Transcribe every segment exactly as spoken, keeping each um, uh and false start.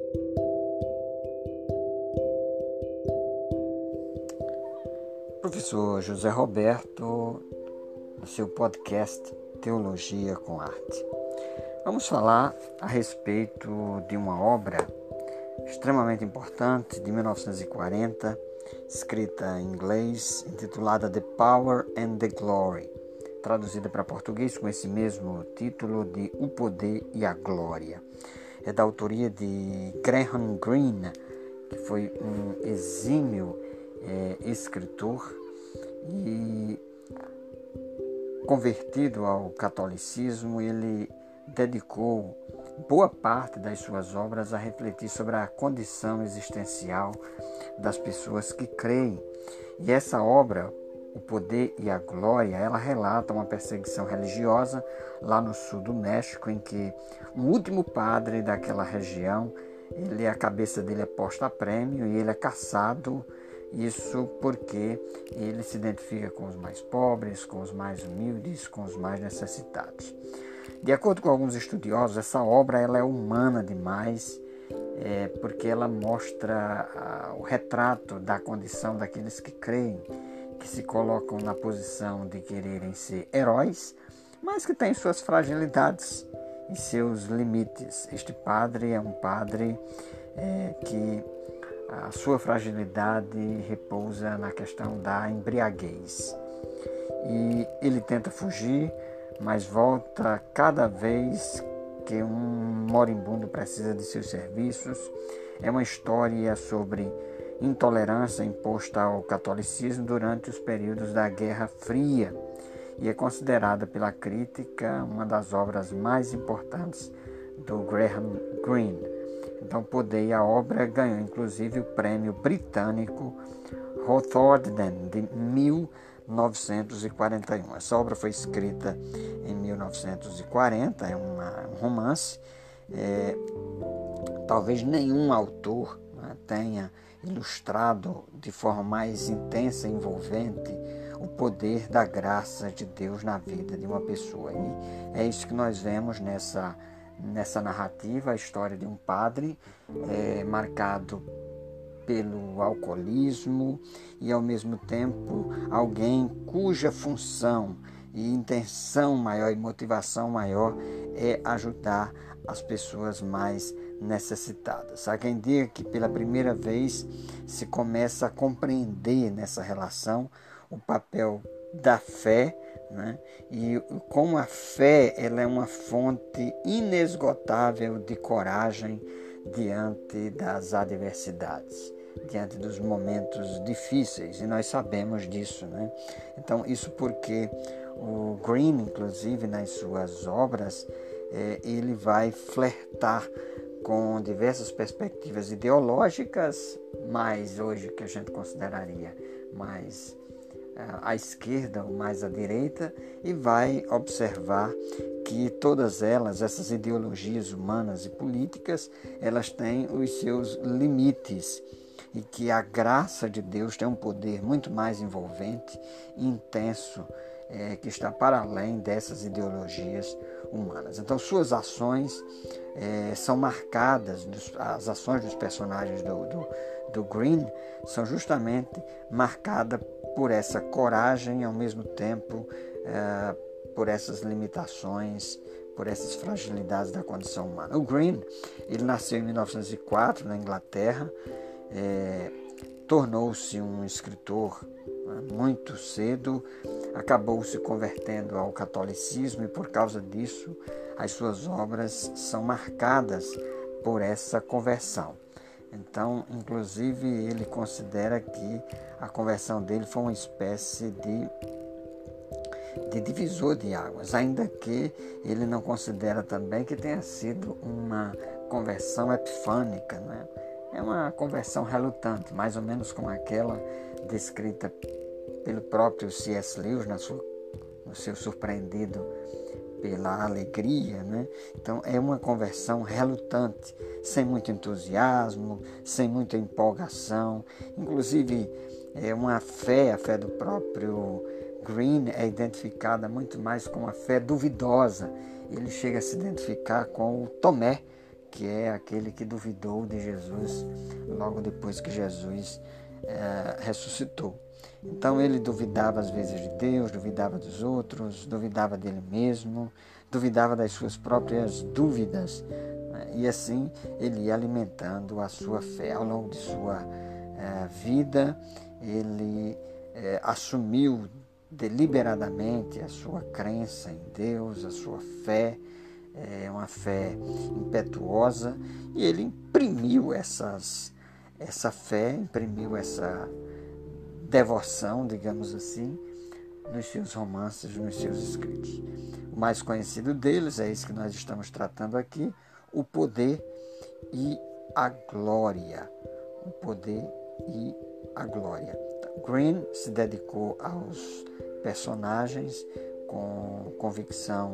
Professor José Roberto, no seu podcast Teologia com Arte. Vamos falar a respeito de uma obra extremamente importante de mil novecentos e quarenta, escrita em inglês, intitulada The Power and the Glory, traduzida para português com esse mesmo título de O Poder e a Glória. É da autoria de Graham Greene, que foi um exímio é, escritor e convertido ao catolicismo. Ele dedicou boa parte das suas obras a refletir sobre a condição existencial das pessoas que creem. E essa obra, O Poder e a Glória, ela relata uma perseguição religiosa lá no sul do México, em que um último padre daquela região, ele, a cabeça dele é posta a prêmio e ele é caçado. Isso porque ele se identifica com os mais pobres, com os mais humildes, com os mais necessitados. De acordo com alguns estudiosos, essa obra ela é humana demais, é, porque ela mostra a, o retrato da condição daqueles que creem, que se colocam na posição de quererem ser heróis, mas que têm suas fragilidades e seus limites. Este padre é um padre é, que a sua fragilidade repousa na questão da embriaguez. E ele tenta fugir, mas volta cada vez que um moribundo precisa de seus serviços. É uma história sobre intolerância imposta ao catolicismo durante os períodos da Guerra Fria e é considerada pela crítica uma das obras mais importantes do Graham Greene. Então, Poder e a obra ganhou inclusive o prêmio britânico Hawthornden de mil novecentos e quarenta e um. Essa obra foi escrita em mil novecentos e quarenta, é uma, um romance. É, talvez nenhum autor, né, tenha ilustrado de forma mais intensa e envolvente o poder da graça de Deus na vida de uma pessoa. E é isso que nós vemos nessa, nessa narrativa, a história de um padre é, marcado pelo alcoolismo e, ao mesmo tempo, alguém cuja função e intenção maior e motivação maior é ajudar as pessoas mais necessitadas. Há quem diga que pela primeira vez se começa a compreender nessa relação o papel da fé, né? E como a fé ela é uma fonte inesgotável de coragem diante das adversidades, diante dos momentos difíceis, e nós sabemos disso, né? Então, isso porque o Greene, inclusive, nas suas obras, é, ele vai flertar com diversas perspectivas ideológicas, mais hoje que a gente consideraria mais uh, à esquerda ou mais à direita, e vai observar que todas elas, essas ideologias humanas e políticas, elas têm os seus limites e que a graça de Deus tem um poder muito mais envolvente e intenso, é, que está para além dessas ideologias humanas. Então, suas ações é, são marcadas, as ações dos personagens do, do, do Greene são justamente marcadas por essa coragem e, ao mesmo tempo, é, por essas limitações, por essas fragilidades da condição humana. O Greene, ele nasceu em mil novecentos e quatro na Inglaterra, é, tornou-se um escritor muito cedo, acabou se convertendo ao catolicismo e por causa disso as suas obras são marcadas por essa conversão. Então, inclusive, ele considera que a conversão dele foi uma espécie de, de divisor de águas, ainda que ele não considera também que tenha sido uma conversão epifânica, né? É uma conversão relutante, mais ou menos como aquela descrita pelo próprio C S Lewis na sua, no seu Surpreendido pela Alegria, né? Então é uma conversão relutante, sem muito entusiasmo, sem muita empolgação. Inclusive é uma fé, a fé do próprio Greene é identificada muito mais com uma fé duvidosa. Ele chega a se identificar com o Tomé, que é aquele que duvidou de Jesus logo depois que Jesus é, ressuscitou. Então ele duvidava às vezes de Deus, duvidava dos outros, duvidava dele mesmo, duvidava das suas próprias dúvidas, né? E assim ele ia alimentando a sua fé. Ao longo de sua é, vida, ele é, assumiu deliberadamente a sua crença em Deus, a sua fé, é uma fé impetuosa, e ele imprimiu essas, essa fé, imprimiu essa devoção, digamos assim, nos seus romances, nos seus escritos. O mais conhecido deles é esse que nós estamos tratando aqui, O Poder e a Glória. O Poder e a Glória. Greene se dedicou aos personagens com convicção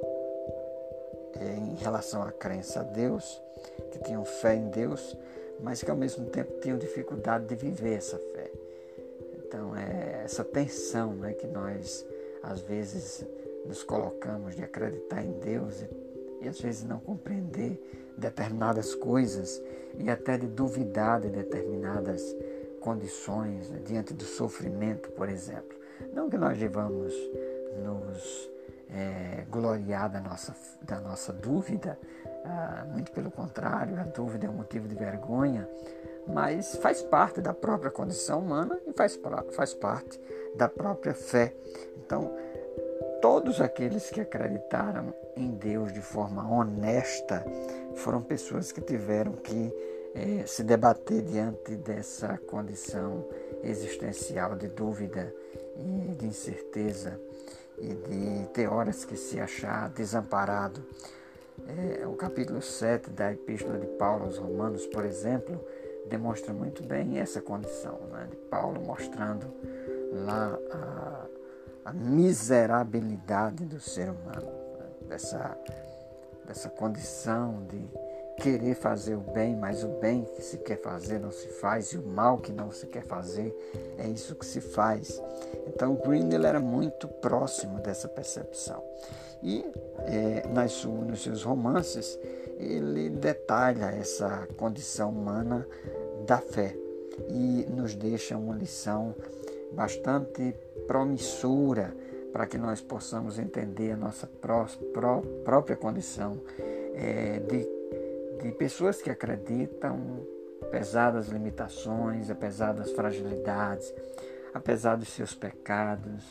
em relação à crença a Deus, que tinham fé em Deus, mas que ao mesmo tempo tinham dificuldade de viver essa fé. Então é essa tensão, né, que nós às vezes nos colocamos de acreditar em Deus e, e às vezes não compreender determinadas coisas e até de duvidar de determinadas condições, né, diante do sofrimento, por exemplo. Não que nós devamos nos é, gloriar da nossa, da nossa dúvida, ah, muito pelo contrário, a dúvida é um motivo de vergonha, mas faz parte da própria condição humana e faz, faz parte da própria fé. Então, todos aqueles que acreditaram em Deus de forma honesta foram pessoas que tiveram que eh, se debater diante dessa condição existencial de dúvida e de incerteza e de ter horas que se achar desamparado. É, o capítulo sete da Epístola de Paulo aos Romanos, por exemplo, demonstra muito bem essa condição, né, de Paulo mostrando lá a, a miserabilidade do ser humano, né, dessa, dessa condição de querer fazer o bem, mas o bem que se quer fazer não se faz, e o mal que não se quer fazer é isso que se faz. Então Greene ele era muito próximo dessa percepção. E é, nas, nos seus romances ele detalha essa condição humana da fé e nos deixa uma lição bastante promissora para que nós possamos entender a nossa pró, pró, própria condição é, de de pessoas que acreditam, apesar das limitações, apesar das fragilidades, apesar dos seus pecados,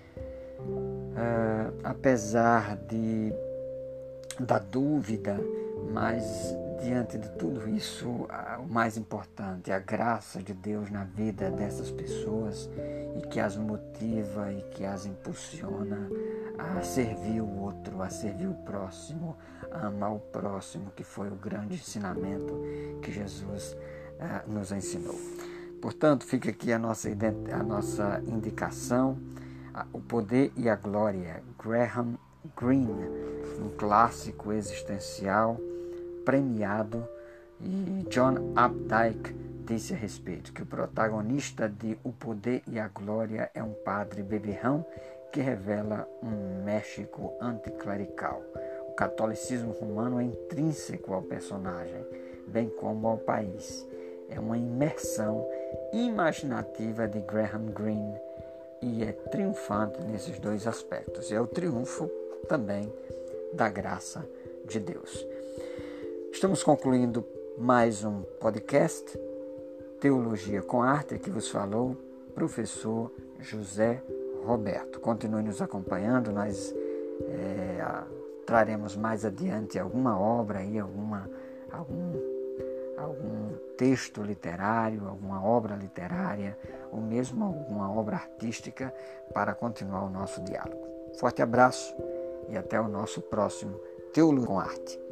uh, apesar de, da dúvida, mas diante de tudo isso, uh, o mais importante é a graça de Deus na vida dessas pessoas e que as motiva e que as impulsiona a servir o outro, a servir o próximo, a amar o próximo, que foi o grande ensinamento que Jesus uh, nos ensinou. Portanto, fica aqui a nossa, a nossa indicação, uh, O Poder e a Glória, Graham Greene, um clássico existencial premiado, e John Updike disse a respeito que o protagonista de O Poder e a Glória é um padre beberrão que revela um México anticlerical. O catolicismo romano é intrínseco ao personagem, bem como ao país. É uma imersão imaginativa de Graham Greene e é triunfante nesses dois aspectos. É o triunfo também da graça de Deus. Estamos concluindo mais um podcast, Teologia com Arte, que vos falou professor José Roberto. Continue nos acompanhando, nós é, a, traremos mais adiante alguma obra, aí, alguma, algum, algum texto literário, alguma obra literária, ou mesmo alguma obra artística para continuar o nosso diálogo. Forte abraço e até o nosso próximo Teologia com Arte.